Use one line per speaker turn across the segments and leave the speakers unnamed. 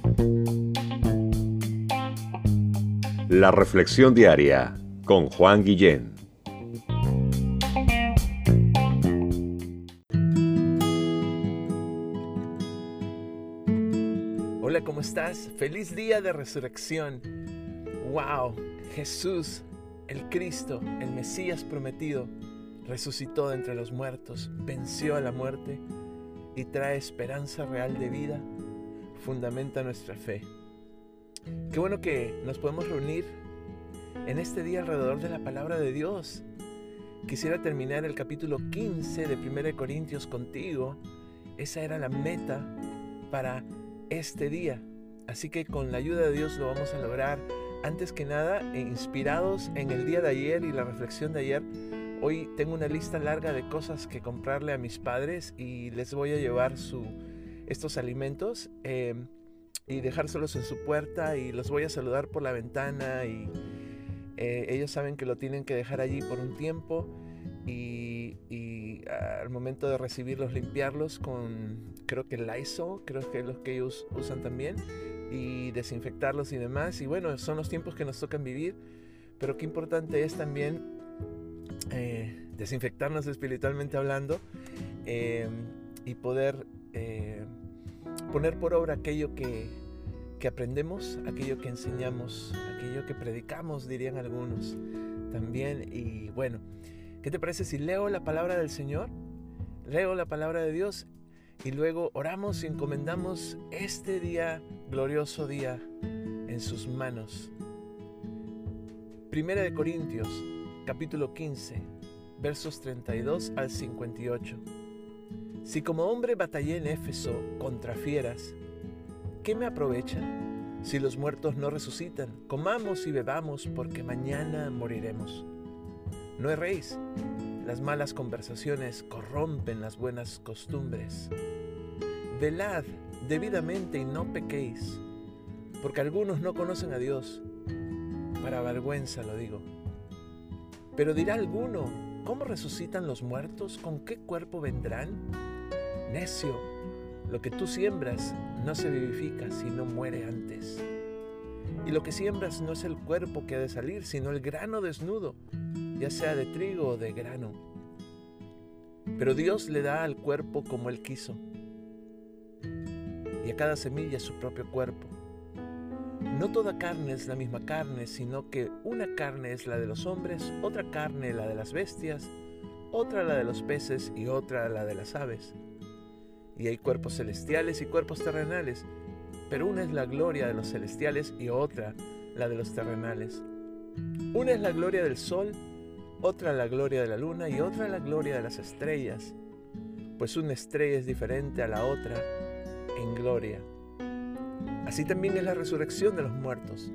La reflexión diaria con Juan Guillén.
Hola, ¿cómo estás? Feliz día de resurrección. ¡Wow! Jesús, el Cristo, el Mesías prometido, resucitó de entre los muertos, venció a la muerte y trae esperanza real de vida, fundamenta nuestra fe. Qué bueno que nos podemos reunir en este día alrededor de la palabra de Dios. Quisiera terminar el capítulo 15 de 1 Corintios contigo. Esa era la meta para este día. Así que con la ayuda de Dios lo vamos a lograr. Antes que nada, inspirados en el día de ayer y la reflexión de ayer, hoy tengo una lista larga de cosas que comprarle a mis padres y les voy a llevar estos alimentos y dejárselos en su puerta, y los voy a saludar por la ventana y ellos saben que lo tienen que dejar allí por un tiempo y al momento de recibirlos, limpiarlos con, creo que Lysol, creo que es los que ellos usan también, y desinfectarlos y demás. Y bueno, son los tiempos que nos tocan vivir, pero qué importante es también desinfectarnos espiritualmente hablando, y poder poner por obra aquello que aprendemos, aquello que enseñamos, aquello que predicamos, dirían algunos también. Y bueno, ¿qué te parece si leo la palabra del Señor? Leo la palabra de Dios y luego oramos y encomendamos este día, glorioso día, en sus manos. 1 Corintios, capítulo 15, versos 32 al 58. Si como hombre batallé en Éfeso contra fieras, ¿qué me aprovecha? Si los muertos no resucitan, comamos y bebamos, porque mañana moriremos. No erréis, las malas conversaciones corrompen las buenas costumbres. Velad debidamente y no pequéis, porque algunos no conocen a Dios. Para vergüenza lo digo. Pero dirá alguno, ¿cómo resucitan los muertos? ¿Con qué cuerpo vendrán? Necio, lo que tú siembras no se vivifica, sino muere antes. Y lo que siembras no es el cuerpo que ha de salir, sino el grano desnudo, ya sea de trigo o de grano. Pero Dios le da al cuerpo como Él quiso, y a cada semilla su propio cuerpo. No toda carne es la misma carne, sino que una carne es la de los hombres, otra carne la de las bestias, otra la de los peces y otra la de las aves. Y hay cuerpos celestiales y cuerpos terrenales, pero una es la gloria de los celestiales y otra la de los terrenales. Una es la gloria del sol, otra la gloria de la luna y otra la gloria de las estrellas, pues una estrella es diferente a la otra en gloria. Así también es la resurrección de los muertos.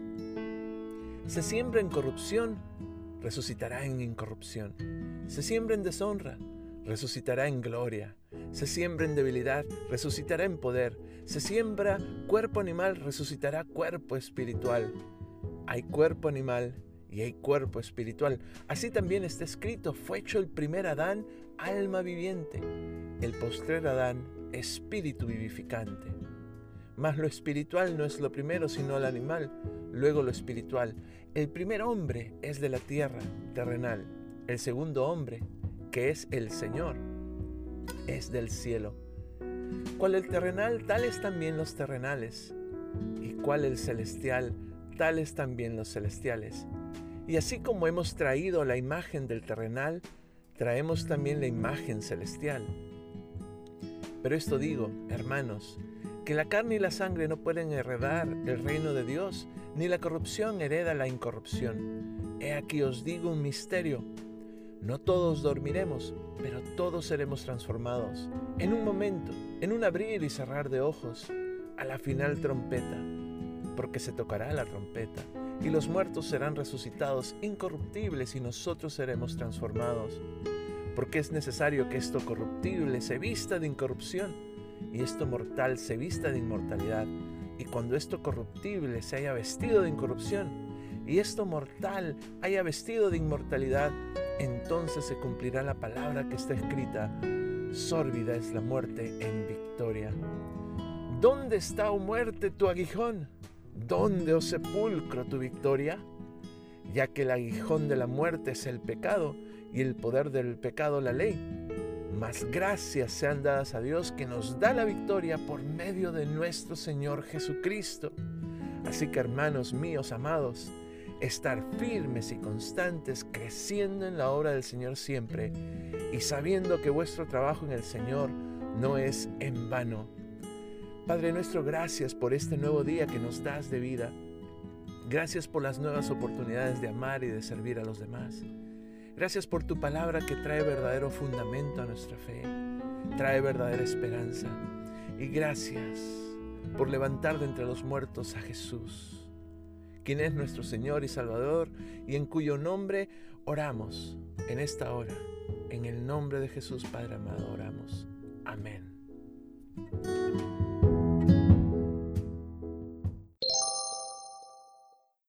Se siembra en corrupción, resucitará en incorrupción. Se siembra en deshonra, resucitará en gloria. Se siembra en debilidad, resucitará en poder. Se siembra cuerpo animal, resucitará cuerpo espiritual. Hay cuerpo animal y hay cuerpo espiritual. Así también está escrito, fue hecho el primer Adán, alma viviente. El postrer Adán, espíritu vivificante. Mas lo espiritual no es lo primero, sino el animal, luego lo espiritual. El primer hombre es de la tierra, terrenal. El segundo hombre, que es el Señor, es del cielo. Cual el terrenal, tales también los terrenales, y cual el celestial, tales también los celestiales. Y así como hemos traído la imagen del terrenal, traemos también la imagen celestial. Pero esto digo, hermanos, que la carne y la sangre no pueden heredar el reino de Dios, ni la corrupción hereda la incorrupción. He aquí os digo un misterio. No todos dormiremos, pero todos seremos transformados. En un momento, en un abrir y cerrar de ojos, a la final trompeta, porque se tocará la trompeta, y los muertos serán resucitados incorruptibles y nosotros seremos transformados. Porque es necesario que esto corruptible se vista de incorrupción y esto mortal se vista de inmortalidad. Y cuando esto corruptible se haya vestido de incorrupción y esto mortal haya vestido de inmortalidad, entonces se cumplirá la palabra que está escrita: sórbida es la muerte en victoria. ¿Dónde está, oh muerte, tu aguijón? ¿Dónde, oh sepulcro, tu victoria? Ya que el aguijón de la muerte es el pecado y el poder del pecado la ley. Mas gracias sean dadas a Dios que nos da la victoria por medio de nuestro Señor Jesucristo. Así que, hermanos míos amados, estar firmes y constantes, creciendo en la obra del Señor siempre y sabiendo que vuestro trabajo en el Señor no es en vano. Padre nuestro, gracias por este nuevo día que nos das de vida. Gracias por las nuevas oportunidades de amar y de servir a los demás. Gracias por tu palabra que trae verdadero fundamento a nuestra fe, trae verdadera esperanza. Y gracias por levantar de entre los muertos a Jesús, quien es nuestro Señor y Salvador, y en cuyo nombre oramos en esta hora. En el nombre de Jesús, Padre amado, oramos. Amén.